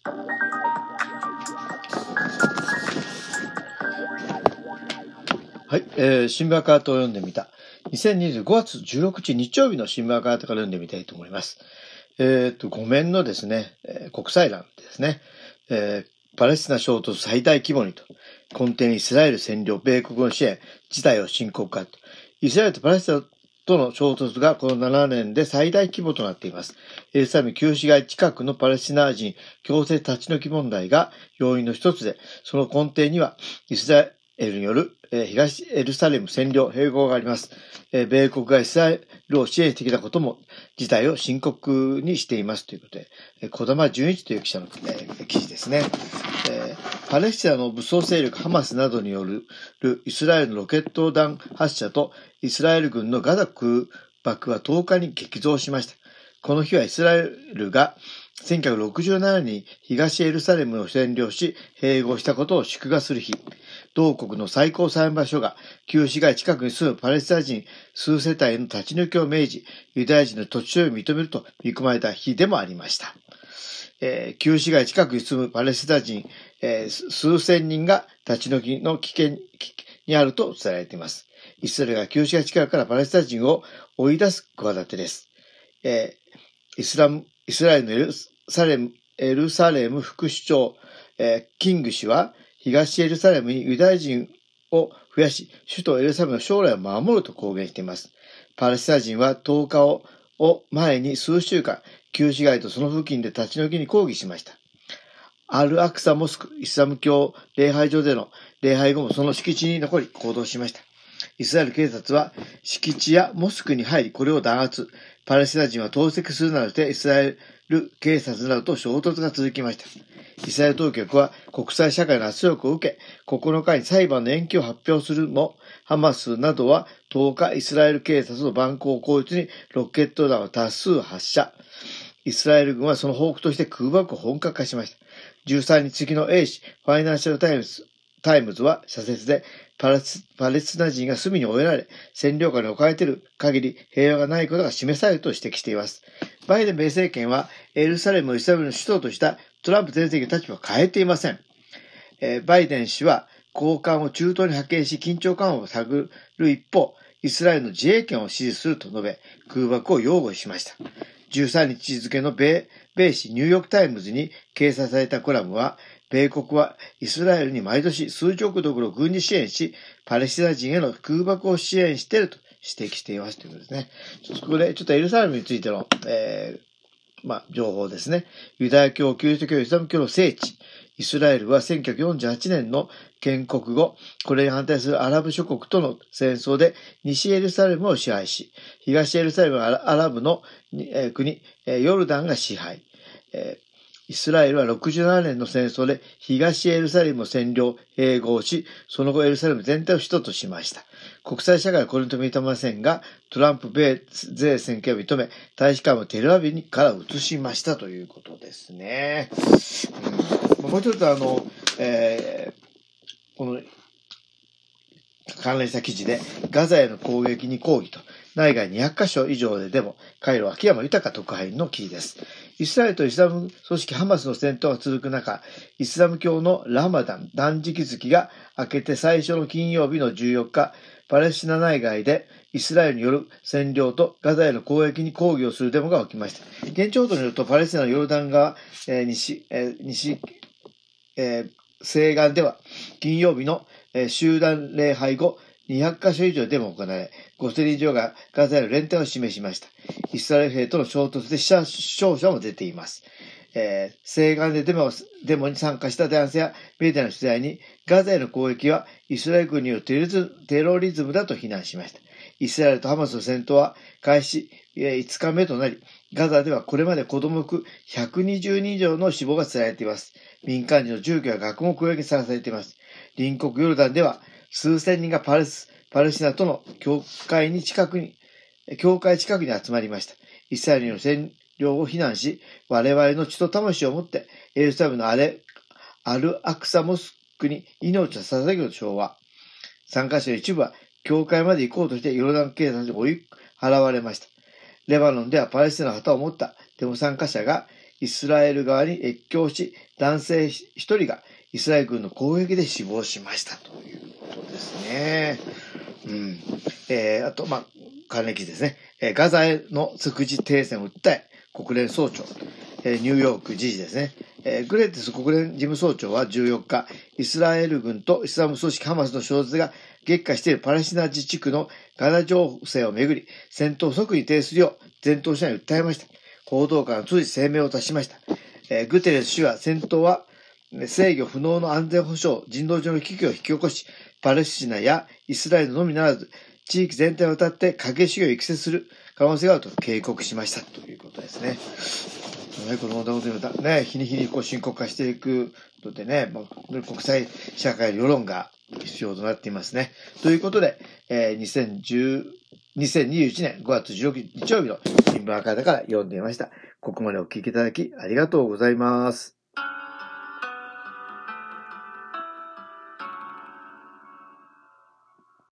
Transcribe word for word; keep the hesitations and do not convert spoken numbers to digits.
はい、えー、新聞赤旗を読んでみた。にせんにじゅうごがつじゅうろくにち日曜日の新聞赤旗から読んでみたいと思います。えっと、ご面のですね、えー、国際欄ですね、えー、パレスチナ衝突最大規模にと、根底にイスラエル占領、米国の支援、事態を深刻化と、イスラエルとパレスチナとの衝突がこのななねんで最大規模となっています。エルサレム旧市街近くのパレスチナ人強制立ち退き問題が要因の一つで、その根底にはイスラエルによる東エルサレム占領、併合があります。米国がイスラエルを支援してきたことも事態を深刻にしていますということで、小玉純一という記者の記事ですね。パレスチナの武装勢力ハマスなどによるイスラエルのロケット弾発射とイスラエル軍のガザ空爆はとおかに激増しました。この日はイスラエルがせんきゅうひゃくろくじゅうななねんに東エルサレムを占領し併合したことを祝賀する日。同国の最高裁判所が旧市街近くに住むパレスチナ人数世帯の立ち退きを命じ、ユダヤ人の土地所有を認めると見込まれた日でもありました。えー、旧市街近くに住むパレスチナ人、えー、数千人が立ち退きの危険にあると伝えられています。イスラエルが旧市街近くからパレスチナ人を追い出す企てです。えー、イスラム、イスラエルのエルサレム、エルサレム副首長、えー、キング氏は、東エルサレムにユダヤ人を増やし、首都エルサレムの将来を守ると公言しています。パレスチナ人はとおかを前に数週間、旧市街とその付近で立ち退きに抗議しました。アルアクサモスク、イスラム教礼拝所での礼拝後もその敷地に残り行動しました。イスラエル警察は敷地やモスクに入りこれを弾圧。パレスチナ人は投石するなどしてイスラエル警察などと衝突が続きました。イスラエル当局は国際社会の圧力を受け、ここのかに裁判の延期を発表するも、ハマスなどはとおかイスラエル警察の蛮行口実にロケット弾を多数発射。イスラエル軍はその報復として空爆を本格化しました。じゅうさんにち付の A 紙、ファイナンシャルタイムズ、タイムズは社説でパレス、パレスチナ人が隅に追えられ、占領下に置かれている限り平和がないことが示されると指摘しています。バイデン米政権はエルサレムをイスラエルの首都としたトランプ前政権の立場を変えていません。えー、バイデン氏は高官を中東に派遣し緊張緩和を探る一方、イスラエルの自衛権を支持すると述べ、空爆を擁護しました。じゅうさんにち付の米、米紙ニューヨークタイムズに掲載されたコラムは、米国はイスラエルに毎年数十億ドルを軍事支援し、パレスチナ人への空爆を支援していると指摘していますということですね。ここでちょっとエルサレムについての、えー、まあ、情報ですね。ユダヤ教、キリスト教、イスラム教の聖地。イスラエルはせんきゅうひゃくよんじゅうはちねんの建国後、これに反対するアラブ諸国との戦争で西エルサレムを支配し、東エルサレムはアラブの国、ヨルダンが支配。イスラエルはろくじゅうななねんの戦争で東エルサレムを占領、併合し、その後エルサレム全体を首都としました。国際社会はこれに認めませんが、トランプ米税政権を認め、大使館をテルアビブから移しましたということですね。うん、もうちょっとあの、えー、この関連した記事で、ガザへの攻撃に抗議と、内外にひゃっかしょ以上でデモ、カイロ秋山豊特派員の記事です。イスラエルとイスラム組織ハマスの戦闘が続く中、イスラム教のラマダン断食月が明けて最初の金曜日のじゅうよっか、パレスチナ内外でイスラエルによる占領とガザへの攻撃に抗議をするデモが起きました。現地報道によると、パレスチナのヨルダン川、えー、西、えー、西、えー、西岸では金曜日の、えー、集団礼拝後、にひゃっかしょ以上デモが行われ、ごせんにん以上がガザへの連帯を示しました。イスラエル兵との衝突で死傷者も出ています。えー、西岸でデモデモに参加した男性やメディアの取材に、ガザへの攻撃はイスラエル軍によるテロリズムだと非難しました。イスラエルとハマスの戦闘は開始いつかめとなり、ガザではこれまで子供を含むひゃくにじゅうにん以上の死亡が伝えられています。民間人の住居や学校も攻撃にさらされています。隣国ヨルダンでは数千人がパレス、パレスチナとの境界に近くに、境界近くに集まりました。イスラエルによる占領を非難し、我々の血と魂をもってエルサレムのアレ、アルアクサモスクに命を捧げる昭和。参加者の一部は境界まで行こうとしてヨルダン警察に追い払われました。レバノンではパレスチナの旗を持ったデモ参加者がイスラエル側に越境し、男性一人がイスラエル軍の攻撃で死亡しましたということですね。うん。えー、あと、まあ、関連記事ですね。えー、ガザへの即時停戦を訴え、国連総長、えー、ニューヨーク時事ですね。えー、グレテス国連事務総長はじゅうよっか、イスラエル軍とイスラム組織ハマスの衝突が激化しているパレスチナ自治区のガザ情勢をめぐり、戦闘を即時停止するよう全頭者に訴えました。報道官は通じ声明を出しました。えー、グテレス氏は戦闘は制御不能の安全保障、人道上の危機を引き起こし、パレスチナやイスラエルのみならず、地域全体をわたって影主義を育成する可能性があると警告しましたということですね。この問題もね、日に日にこう深刻化していくのでね、まあ、国際社会の世論が必要となっていますね。ということで、えー、にせんじゅう、にせんにじゅういちねんごがつじゅうろくにち日曜日の新聞アカデから読んでみました。ここまでお聞きいただきありがとうございます。